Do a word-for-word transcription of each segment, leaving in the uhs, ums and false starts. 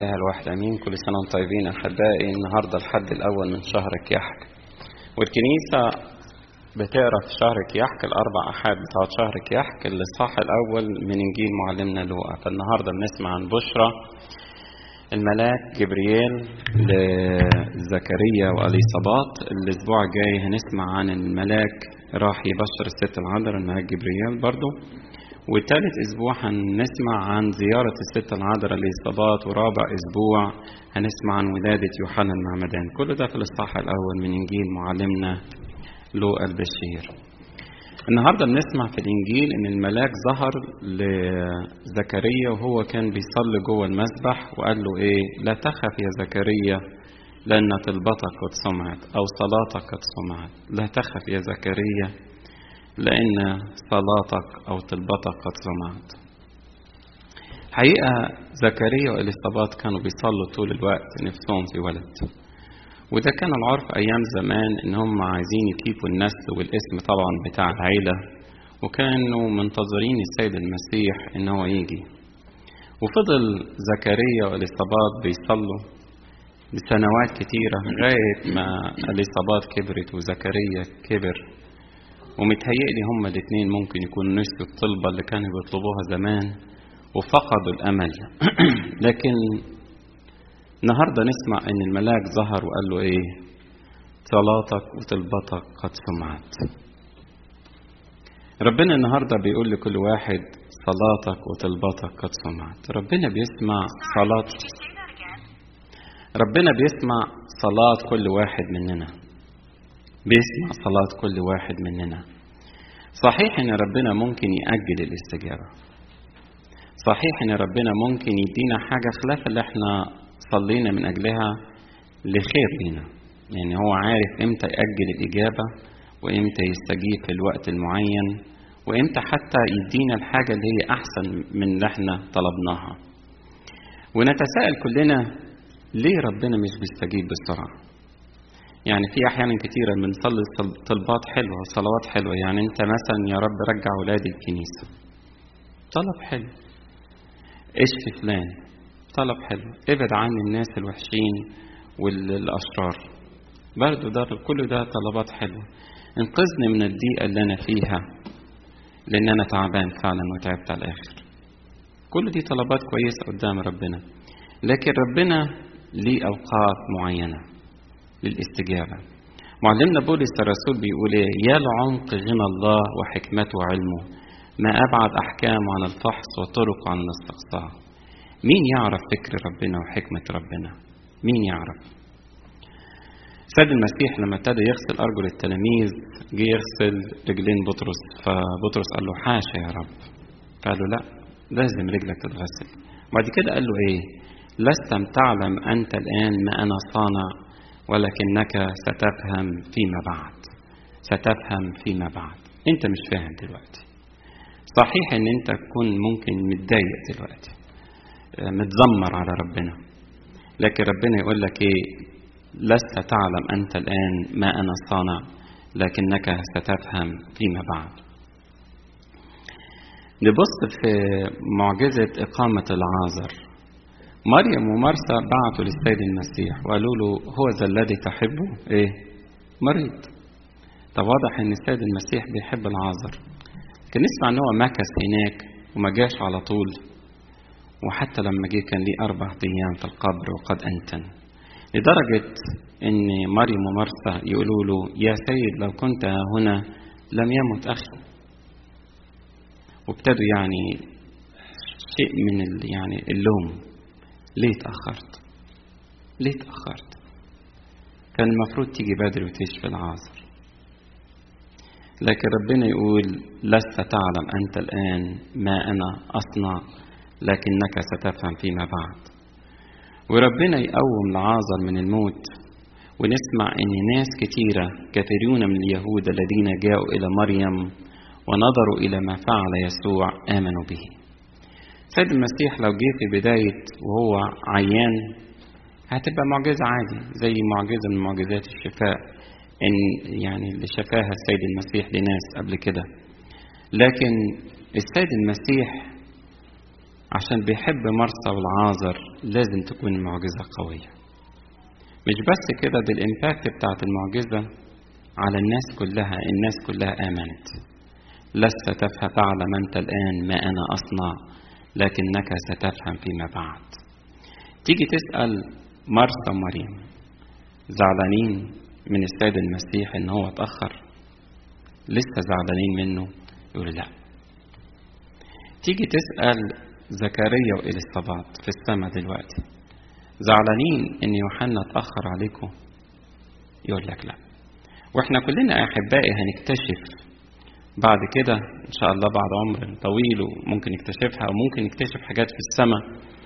يا الواحد امين. كل سنه وانتم طيبين احبائي. النهارده الحد الاول من شهر كيحك، والكنيسه بتقرا في شهر كيحك الاربع احاد بتاعت شهر كيحك الاصحاح الاول من انجيل معلمنا لوقا. فالنهارده بنسمع عن بشرى الملاك جبريل لزكريا واليصابات. الاسبوع الجاي هنسمع عن الملاك راح يبشر الست العذراء، الملاك جبريل برضو. وثالث اسبوع هنسمع عن زيارة الست العذراء لإصابات، ورابع اسبوع هنسمع عن ولادة يوحنا المعمدان. كل ده في الاصحاح الاول من انجيل معلمنا لوقا البشير. النهارده بنسمع في الانجيل ان الملاك ظهر لزكريا وهو كان بيصلي جوه المسبح، وقال له ايه؟ لا تخف يا زكريا لان طلبتك قد سمعت، او صلاتك قد سمعت. لا تخف يا زكريا لأن صلاتك أو طلبتك قد سمعت. حقيقة زكريا واليصابات كانوا بيصلوا طول الوقت نفسهم في ولد، وده كان العرف أيام زمان إن هم عايزين يكيفوا النسل والاسم طبعا بتاع العيلة، وكانوا منتظرين السيد المسيح إن هو يجي. وفضل زكريا واليصابات بيصلوا لسنوات كتيرة لغاية ما اليصابات كبرت وزكريا كبر، ومتهيئلي هما الاثنين ممكن يكونوا نسيوا الطلبة اللي كانوا بيطلبوها زمان وفقدوا الأمل. لكن النهاردة نسمع ان الملاك ظهر وقال له ايه؟ صلاتك وطلبتك قد سمعت. ربنا النهاردة بيقول لكل واحد صلاتك وطلبتك قد سمعت. ربنا بيسمع صلاة ربنا بيسمع صلاة كل واحد مننا، بيسمع صلاة كل واحد مننا. صحيح ان ربنا ممكن يأجل الاستجابة، صحيح ان ربنا ممكن يدينا حاجة خلاف اللي احنا صلينا من اجلها لخير لينا. يعني هو عارف امتى يأجل الإجابة وامتى يستجيب في الوقت المعين، وامتى حتى يدينا الحاجة اللي هي احسن من اللي احنا طلبناها. ونتساءل كلنا ليه ربنا مش بيستجيب بسرعة؟ يعني في احيانا كتيره بنصلي طلبات حلوه وصلوات حلوه. يعني انت مثلا يا رب رجع ولادي الكنيسه، طلب حلو. اشفي فلان، طلب حلو. ابعد عني الناس الوحشين والاشرار، برضو ده كل ده طلبات حلوه. انقذني من الضيقه اللي انا فيها لان انا تعبان فعلا وتعبت على الاخر. كل دي طلبات كويسه قدام ربنا، لكن ربنا ليه اوقات معينه للاستجابة. معلمنا بولس الرسول بيقول ايه؟ يا لعمق غنى الله وحكمته وعلمه، ما أبعد أحكامه عن الفحص وطرقه عن الاستقصاء. مين يعرف فكر ربنا وحكمة ربنا؟ مين يعرف؟ سيد المسيح لما ابتدى يغسل أرجل التلاميذ جه يغسل رجلين بطرس، فبطرس قال له حاشا يا رب. قال له لا، لازم رجلك تتغسل. بعد كده قال له ايه؟ لست تعلم أنت الآن ما أنا صانع، ولكنك ستفهم فيما بعد. ستفهم فيما بعد. انت مش فاهم دلوقتي. صحيح ان انت تكون ممكن متضايق دلوقتي، متذمر على ربنا، لكن ربنا يقول لك ايه؟ لست تعلم انت الان ما انا صانع، لكنك ستفهم فيما بعد. نبص في معجزة إقامة العازر. مريم ومرثا بعثوا للسيد المسيح وقالوا له هو ذا الذي تحبه ايه؟ مريض. طب واضح ان السيد المسيح بيحب العازر. كان نسمع ان هو مكث هناك وما جاش على طول، وحتى لما جه كان ليه اربع ايام في القبر وقد انتن، لدرجة ان مريم ومرثا يقولوا له يا سيد لو كنت هنا لم يمت اخي. وابتدوا يعني شيء من يعني اللوم، ليه تأخرت؟ ليه تأخرت؟ كان المفروض تيجي بدري وتشفي العازر. لكن ربنا يقول لست تعلم أنت الآن ما أنا أصنع، لكنك ستفهم فيما بعد. وربنا يقوم العازر من الموت. ونسمع أن ناس كتيرة كثيرون من اليهود الذين جاءوا إلى مريم ونظروا إلى ما فعل يسوع آمنوا به. سيد المسيح لو جه في بداية وهو عيان هتبقى معجزة عادي، زي معجزة من معجزات الشفاء إن يعني اللي شفاها السيد المسيح لناس قبل كده. لكن السيد المسيح عشان بيحب مرثا والعازر لازم تكون المعجزة قوية. مش بس كده، دي الإمباكت بتاعت المعجزة على الناس كلها، الناس كلها آمنت. لست تفهم تعلم أنت الآن ما أنا أصنع، لكنك ستفهم فيما بعد. تيجي تسأل مرثا ومريم زعلانين من السيد المسيح إن هو اتأخر؟ لسه زعلانين منه؟ يقول لا. تيجي تسأل زكريا وإليصابات في السماء دلوقتي زعلانين إن يوحنا اتأخر عليكم؟ يقول لك لا. واحنا كلنا أحبائي هنكتشف بعد كده إن شاء الله بعد عمر طويل وممكن نكتشفها وممكن نكتشف حاجات في السماء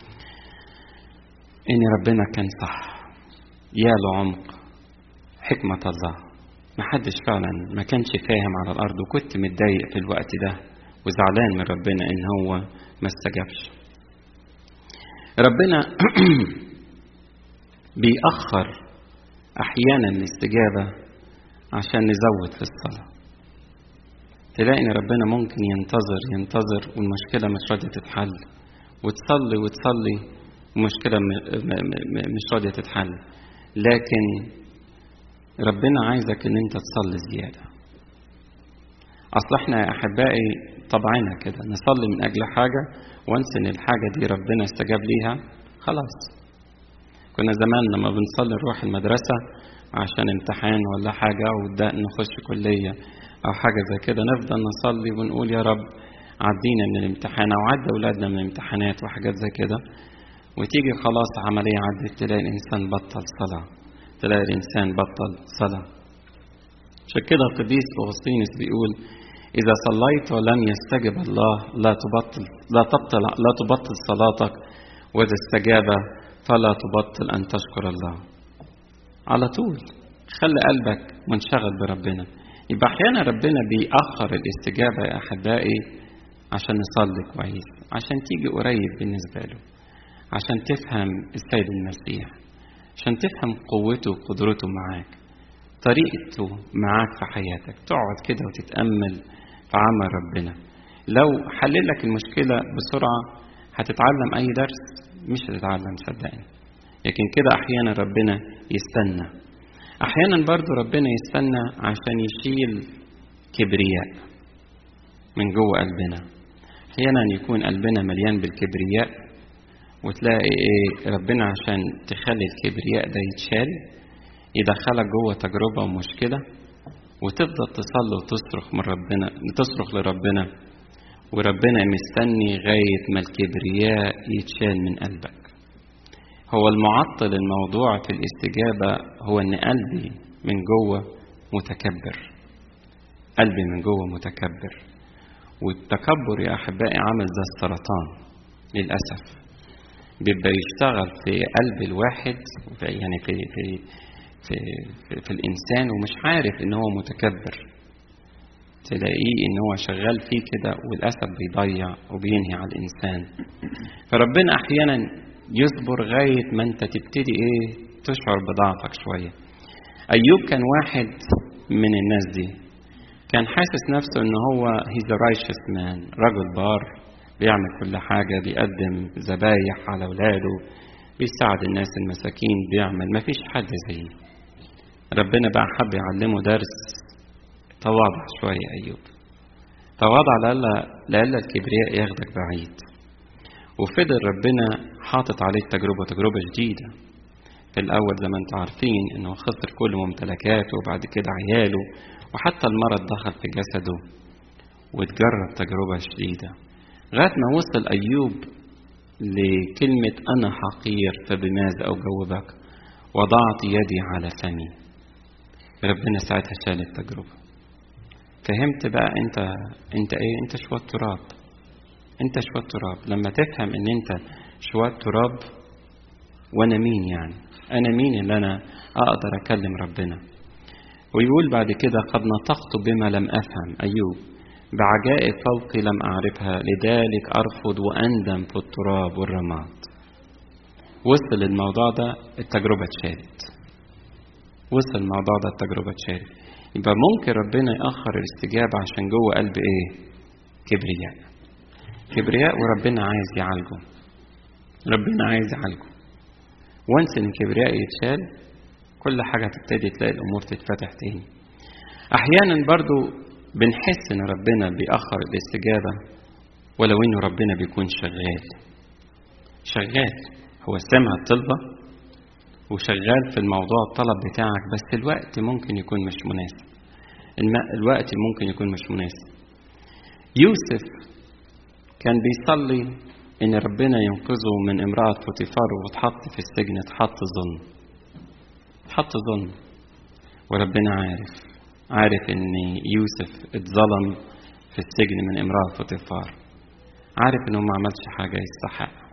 إن ربنا كان صح. يا لعمق حكمة الله، محدش فعلا ما كانش فاهم على الأرض، وكنت متضايق في الوقت ده وزعلان من ربنا إن هو ما استجابش. ربنا بيأخر أحيانا الاستجابة عشان نزود في الصلاة. تلاقي إن ربنا ممكن ينتظر ينتظر والمشكلة مش راضية تتحل، وتصلي وتصلي ومشكلة مش راضية تتحل، لكن ربنا عايزك إن أنت تصلي زيادة. أصل إحنا يا أحبائي طبعنا كده نصلي من أجل حاجة وانس إن الحاجة دي ربنا استجاب ليها خلاص. كنا زمان لما بنصلي نروح المدرسة عشان امتحان ولا حاجة ونخش كلية أو حاجة زي كده، نفضل نصلي ونقول يا رب عدينا من الامتحان أو عدى أولادنا من الامتحانات وحاجات زي كده، وتيجي خلاص عملية عدت تلاقي الإنسان بطل صلاة، تلاقي الإنسان بطل صلاة. عشان كده القديس أغسطينوس بيقول إذا صليت ولم يستجب الله لا تبطل لا تبطل لا تبطل صلاتك، وإذا استجاب فلا تبطل أن تشكر الله. على طول خلي قلبك منشغل بربنا. يبقى أحيانا ربنا بيأخر الاستجابة يا أحبائي عشان نصلي كويس، عشان تيجي قريب بالنسبة له، عشان تفهم السيد المسيح، عشان تفهم قوته وقدرته معاك، طريقته معاك في حياتك. تقعد كده وتتأمل في عمل ربنا. لو حلل لك المشكلة بسرعة هتتعلم أي درس؟ مش هتتعلم صدقني. لكن كده أحيانا ربنا يستنى، أحيانا برضو ربنا يستنى عشان يشيل كبرياء من جوه قلبنا. أحيانا يكون قلبنا مليان بالكبرياء وتلاقي إيه ربنا عشان تخلي الكبرياء ده يتشال يدخلك جوه تجربة ومشكلة، وتفضل تصلي وتصرخ من ربنا تصرخ لربنا، وربنا مستني غاية ما الكبرياء يتشال من قلبك. هو المعطل الموضوع في الاستجابة هو ان قلبي من جوه متكبر، قلبي من جوه متكبر. والتكبر يا أحبائي عامل زي السرطان للأسف، بيبقى يشتغل في قلب الواحد يعني في في في في, في الإنسان ومش عارف إن هو متكبر. تلاقيه إن هو شغال فيه كده والأسف بيضيع وبينهي على الإنسان. فربنا أحيانا يصبر غاية ما أنت تبتدي إيه تشعر بضعفك شوية. أيوب كان واحد من الناس دي، كان حاسس نفسه إن هو he's a righteous man، رجل بار بيعمل كل حاجة، بيقدم ذبايح على أولاده، بيساعد الناس المساكين، بيعمل ما فيش حد زيه. ربنا بقى حب يعلمه درس تواضع شوية. أيوب تواضع لألا لألا الكبرياء ياخدك بعيد. وفضل ربنا حاطط عليه تجربة تجربة جديدة. في الأول زي ما انتم عارفين إنه خسر كل ممتلكاته وبعد كده عياله، وحتى المرض دخل في جسده وتجرب تجربة شديدة لغاية ما وصل أيوب لكلمة أنا حقير فبماذا أجاوبك وضعت يدي على فمي. ربنا ساعتها شال التجربة. فهمت بقى انت انت ايه؟ انت شوية تراب، انت شوية تراب. لما تفهم ان انت شوية تراب وانا مين يعني، انا مين اللي انا اقدر اكلم ربنا. ويقول بعد كده قد نطقت بما لم افهم أيوب، بعجائب فوقي لم اعرفها، لذلك ارفض واندم في التراب والرماد. وصل الموضوع ده التجربة اتشالت، وصل الموضوع ده التجربة اتشالت. يبقى ممكن ربنا يأخر الاستجابة عشان جوه قلب ايه؟ كبرياء. كبرياء وربنا عايز يعالجه. ربنا عايز يعالجه. وانس ان الكبرياء يتشال كل حاجة تبتدي تلاقي الأمور تتفتح تاني. أحيانا برضو بنحس ان ربنا بيأخر الاستجابة ولو انه ربنا بيكون شغال شغال هو سامع الطلبة وشغال في الموضوع الطلب بتاعك، بس الوقت ممكن يكون مش مناسب. الوقت ممكن يكون مش مناسب. يوسف كان بيصلي ان ربنا ينقذه من امرأة فوتيفار وتحط في السجن، تحط ظلم تحط ظلم وربنا عارف عارف ان يوسف اتظلم في السجن من امرأة فوتيفار، عارف انه ما عملش حاجة يستحق،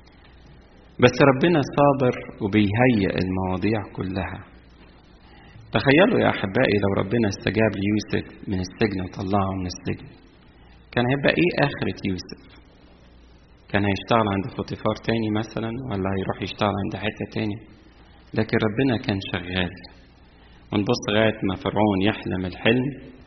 بس ربنا صابر وبيهيئ المواضيع كلها. تخيلوا يا أحبائي لو ربنا استجاب ليوسف من السجن وطلعه من السجن، كان هيبقى إيه آخرة يوسف؟ كان هيشتغل عند فوتيفار تاني مثلا، ولا هيروح يشتغل عند حتة تاني؟ لكن ربنا كان شغال. ونبص لغاية ما فرعون يحلم الحلم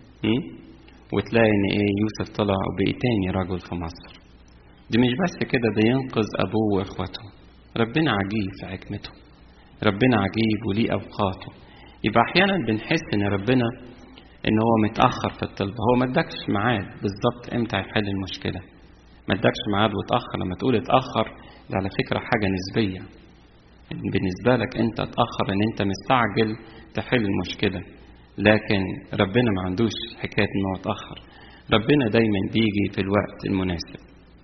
وتلاقي إن إيه يوسف طلع وبقي تاني رجل في مصر. دي مش بس كده، ده ينقذ أبوه وإخوته. ربنا عجيب في حكمته، ربنا عجيب وليه أوقاته. يبقى أحيانا بنحس إن ربنا إن هو متأخر في الطلب. هو ما ادكش ميعاد بالظبط إمتى هيحل المشكلة، ما ادكش ميعاد وتأخر. لما تقول اتأخر ده على فكرة حاجة نسبية. بالنسبة لك أنت اتأخر إن أنت مستعجل تحل المشكلة، لكن ربنا ما عندوش حكاية إنه اتأخر. ربنا دايما بيجي في الوقت المناسب.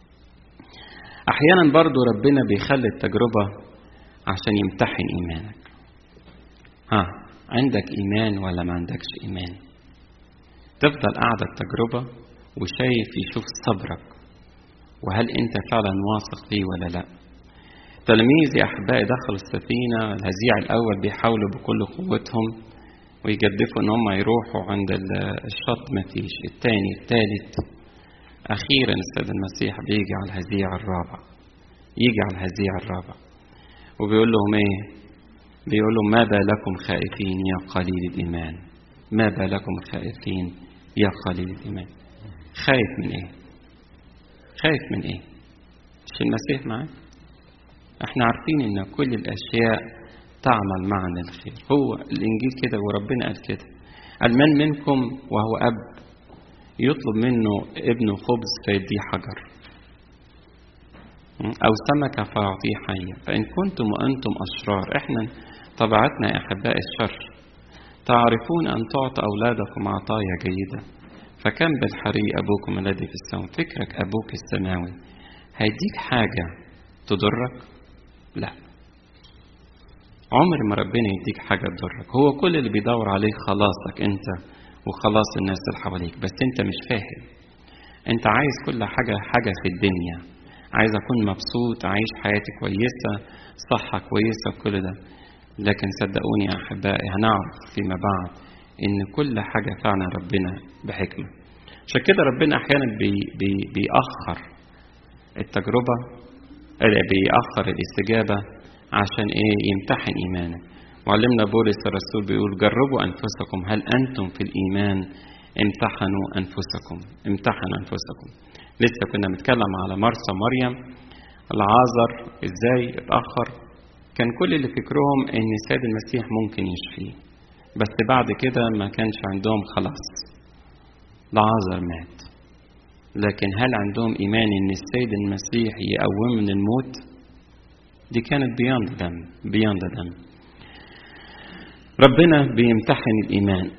أحيانا برضو ربنا بيخلي التجربة عشان يمتحن إيمانك. ها عندك إيمان ولا ما عندكش إيمان؟ تفضل قاعدة التجربة وشايف يشوف صبرك، وهل أنت فعلا واثق فيه ولا لا. تلاميذ يا أحبائي دخلوا السفينة، الهزيع الأول بيحاولوا بكل قوتهم ويجدفوا إن هم يروحوا عند الشط، مفيش. التاني التالت، أخيرا السيد المسيح بيجي على الهزيع الرابع يجي على الهزيع الرابع وبيقول لهم إيه؟ بيقول لهم ما بالكم خائفين يا قليل الإيمان، ما بالكم خائفين يا قليل الإيمان. خايف من إيه؟ خايف من إيه؟ مش المسيح معاك؟ احنا عارفين إن كل الأشياء تعمل معنا الخير. هو الإنجيل كده وربنا قال كده، قال من منكم وهو أب يطلب منه ابنه خبز فيديه حجر، أو سمكة فيعطيه حية. فإن كنتم وأنتم أشرار، إحنا طبيعتنا يا أحباء الشر، تعرفون أن تعطى أولادكم عطايا جيدة، فكم بالحري أبوكم الذي في السماء. فكرك أبوك السماوي هيديك حاجة تضرك؟ لا، عمر ما ربنا يديك حاجة تضرك. هو كل اللي بيدور عليه خلاصك أنت وخلاص الناس اللي حواليك، بس أنت مش فاهم. أنت عايز كل حاجة حاجة في الدنيا، عايز أكون مبسوط، عايش حياتي كويسة، صحة كويسة، كل ده. لكن صدقوني يا أحبائي هنعرف فيما بعد إن كل حاجة فعلا ربنا بحكمة. عشان كده ربنا أحيانا بي بي بيأخر التجربة، بيأخر الاستجابة عشان إيه؟ يمتحن إيمانك. وعلمنا بولس الرسول بيقول جربوا أنفسكم هل أنتم في الإيمان، امتحنوا أنفسكم امتحنوا أنفسكم. لسه كنا بنتكلم على مرسى مريم، العازر إزاي اتأخر. كان كل اللي فكرهم إن السيد المسيح ممكن يشفيه، بس بعد كده ما كانش عندهم خلاص، العازر مات. لكن هل عندهم إيمان إن السيد المسيح يقوم من الموت؟ دي كانت beyond them beyond them. ربنا بيمتحن الإيمان.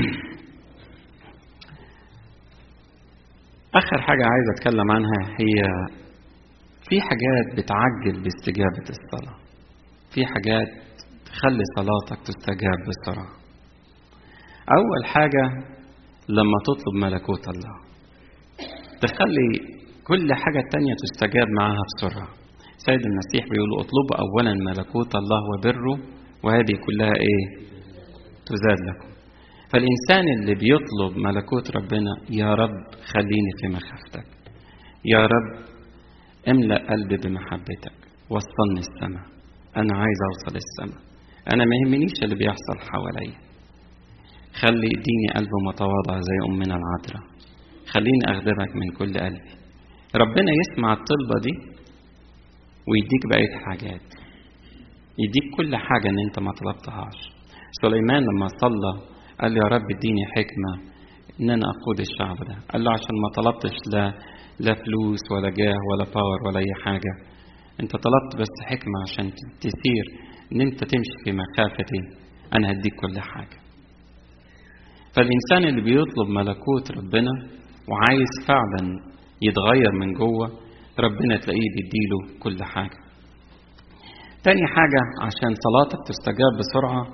آخر حاجة عايز أتكلم عنها هي في حاجات بتعجل باستجابة الصلاة، في حاجات تخلي صلاتك تستجاب بسرعة. أول حاجة لما تطلب ملكوت الله تخلي كل حاجة تانية تستجاب معها بسرعة. سيد المسيح بيقول اطلبوا أولا ملكوت الله وبره وهذه كلها إيه؟ تزاد لكم. فالإنسان اللي بيطلب ملكوت ربنا، يا رب خليني في مخافتك، يا رب املأ قلبي بمحبتك، وصلني السماء، أنا عايز أوصل السماء، أنا ما يهمنيش اللي بيحصل حواليا. خلي اديني قلب متواضع زي أمنا العذراء، خليني أخدمك من كل قلبي، ربنا يسمع الطلبة دي ويديك بقية حاجات، يديك كل حاجة ان انت ما طلبتهاش. سليمان لما صلى قال له يا رب اديني حكمة ان انا اقود الشعب ده. قال له عشان ما طلبتش لا لا فلوس ولا جاه ولا باور ولا اي حاجة، انت طلبت بس حكمة عشان تسير ان انت تمشي في مخافتي، انا هديك كل حاجة. فالانسان اللي بيطلب ملكوت ربنا وعايز فعلا يتغير من جوه، ربنا تلاقيه بيديله كل حاجة. تاني حاجة عشان صلاتك تستجاب بسرعة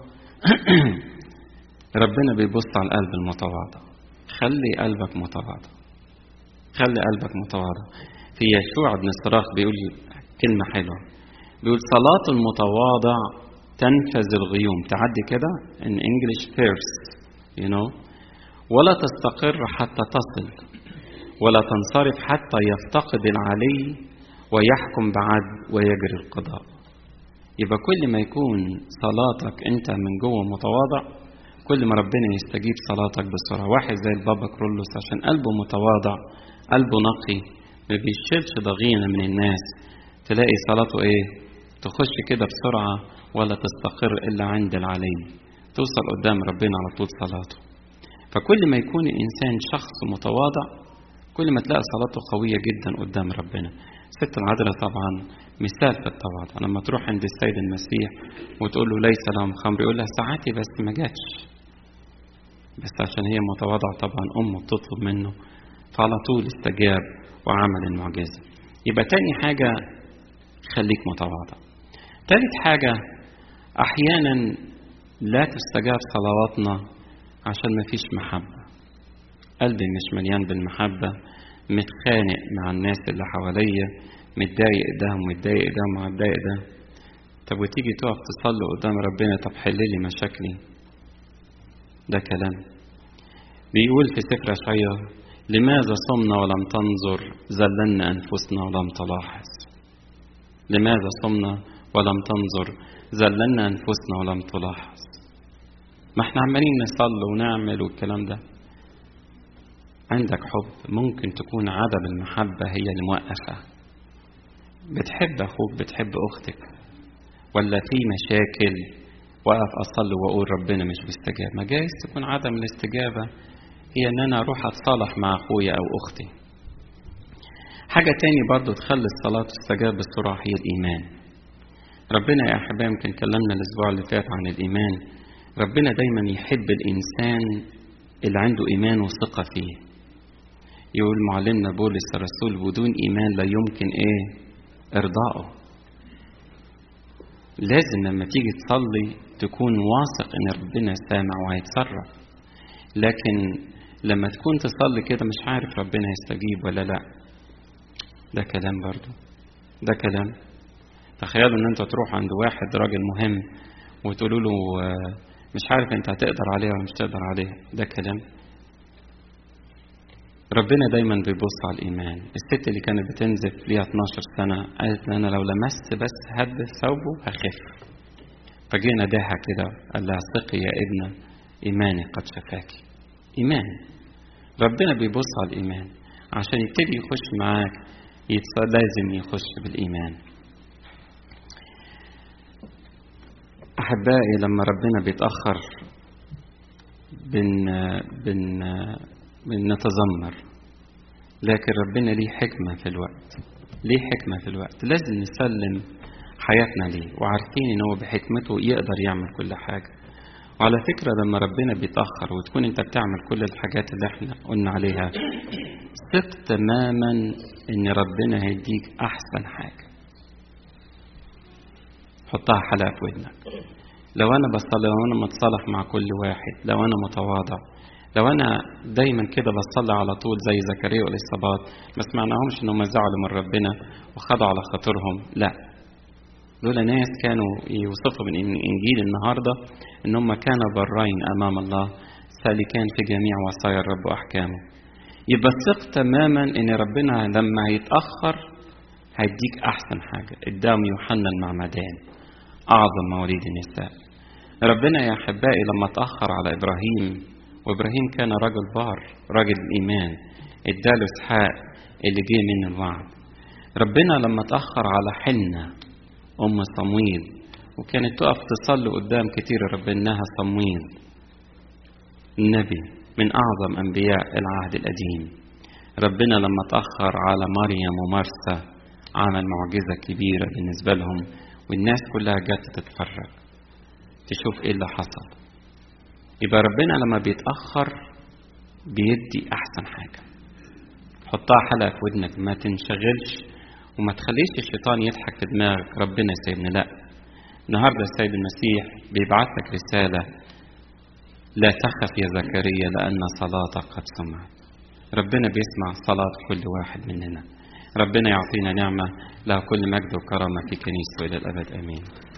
ربنا بيبص على القلب المتواضع. خلي قلبك متواضع، خلي قلبك متواضع. في يشوع بن الصراخ بيقول كلمة حلوة، بيقول صلاة المتواضع تنفذ الغيوم. تعدي كده in English first you know ولا تستقر حتى تصل، ولا تنصرف حتى يفتقد العلي ويحكم بعدل ويجري القضاء. يبقى كل ما يكون صلاتك انت من جوه متواضع، كل ما ربنا يستجيب صلاتك بسرعة. واحد زي البابا كرولوس عشان قلبه متواضع، قلبه نقي، ما بيشيلش ضغينة من الناس، تلاقي صلاته ايه؟ تخش كده بسرعة ولا تستقر إلا عند العلي، توصل قدام ربنا على طول صلاته. فكل ما يكون الإنسان شخص متواضع، كل ما تلاقي صلاته قوية جدا قدام ربنا. ست العذراء طبعا مثال في التواضع. لما تروح عند السيد المسيح وتقول له ليس لهم خمر، يقول لها ساعتي بس ما جاتش، بس عشان هي متواضعة طبعا أمه بتطلب منه، فعلى طول استجاب وعمل المعجزة. يبقى تاني حاجة خليك متواضع. تالت حاجة أحيانا لا تستجاب صلواتنا عشان ما فيش محبة. قلبي مش مليان بالمحبة، متخانق مع الناس اللي حواليا، متضايق ده ومتضايق ده ومع الضايق ده. طب وتيجي تقف تصلي قدام ربنا، طب حل لي مشاكلي، ده كلام. بيقول في سفر اشعياء لماذا صمنا ولم تنظر، ذللنا انفسنا ولم تلاحظ. لماذا صمنا ولم تنظر، ذللنا انفسنا ولم تلاحظ. ما احنا عمالين نصلي ونعمل والكلام ده. عندك حب، ممكن تكون عدم المحبة هي اللي موقفة. بتحب اخوك، بتحب اختك، ولا في مشاكل وقف اصلي واقول ربنا مش بيستجاب؟ ما جايز تكون عدم الاستجابة هي ان انا اروح اتصالح مع اخويا او اختي. حاجة تاني برضو تخلي الصلاة تستجاب بسرعة هي الايمان. ربنا يا احبائي يمكن كلمنا الاسبوع اللي فات عن الايمان. ربنا دايما يحب الانسان اللي عنده ايمان وثقة فيه. يقول معلمنا بولس الرسول بدون ايمان لا يمكن ايه ارضائه. لازم لما تيجي تصلي تكون واثق ان ربنا سامع وهيتصرف. لكن لما تكون تصلي كده مش عارف ربنا هيستجيب ولا لا، ده كلام برضو، ده كلام. تخيلوا ان انت تروح عند واحد راجل مهم وتقولوا له مش عارف انت هتقدر عليه ولا مش تقدر عليه، ده كلام. ربنا دايما بيبص على الايمان. الست اللي كانت بتنزف ليها اتناشر سنة قالت انا لو لمست بس هد ثوبه هخف. فجي ناداها كده قال لها ثقي يا ابنة ايماني قد شفاكي. ايمان. ربنا بيبص على الايمان عشان يبتدي يخش معاك، لازم يخش بالايمان. احبائي لما ربنا بيتاخر بن بن بنتذمر، لكن ربنا ليه حكمة في الوقت، ليه حكمة في الوقت. لازم نسلم حياتنا ليه وعارفين ان هو بحكمته يقدر يعمل كل حاجة. وعلى فكرة لما ربنا بيتأخر وتكون انت بتعمل كل الحاجات اللي احنا قلنا عليها، ثق تماما ان ربنا هيديك احسن حاجة. حطها حلقة في ودنك. لو انا بصلي، لو انا متصالح مع كل واحد، لو انا متواضع، لو انا دايما كده بصلي على طول زي زكريا والإصابات، ما سمعناهمش انهم زعلوا من ربنا وخضعوا على خاطرهم، لا، دول ناس كانوا يوصفوا من انجيل النهارده انهم كانوا برين امام الله سالكان في جميع وصايا الرب واحكامه. يبقى ثق تماما ان ربنا لما هيتاخر هيديك احسن حاجه. قدام يوحنا المعمدان اعظم مواليد النساء، ربنا يا احبائي لما تاخر على ابراهيم، وابراهيم كان رجل بار، راجل الايمان، اداله اسحاق اللي جه من الوعد. ربنا لما تأخر على حنة أم صمويل، وكانت تقف تصلي قدام كتير ربناها صمويل النبي من أعظم أنبياء العهد القديم. ربنا لما تأخر على مريم ومرسى عمل معجزة كبيرة بالنسبة لهم، والناس كلها جت تتفرج تشوف ايه اللي حصل. يبقى ربنا لما بيتأخر بيدي أحسن حاجة. حطها حلقة في ودنك، ما تنشغلش وما تخليش الشيطان يضحك في دماغك ربنا سيبنا. لا، النهاردة السيد المسيح بيبعت لك رسالة: لا تخف يا زكريا لأن صلاتك قد سمعت. ربنا بيسمع صلاة كل واحد مننا. ربنا يعطينا نعمة له كل مجد وكرامة في كنيسته إلى الأبد. آمين.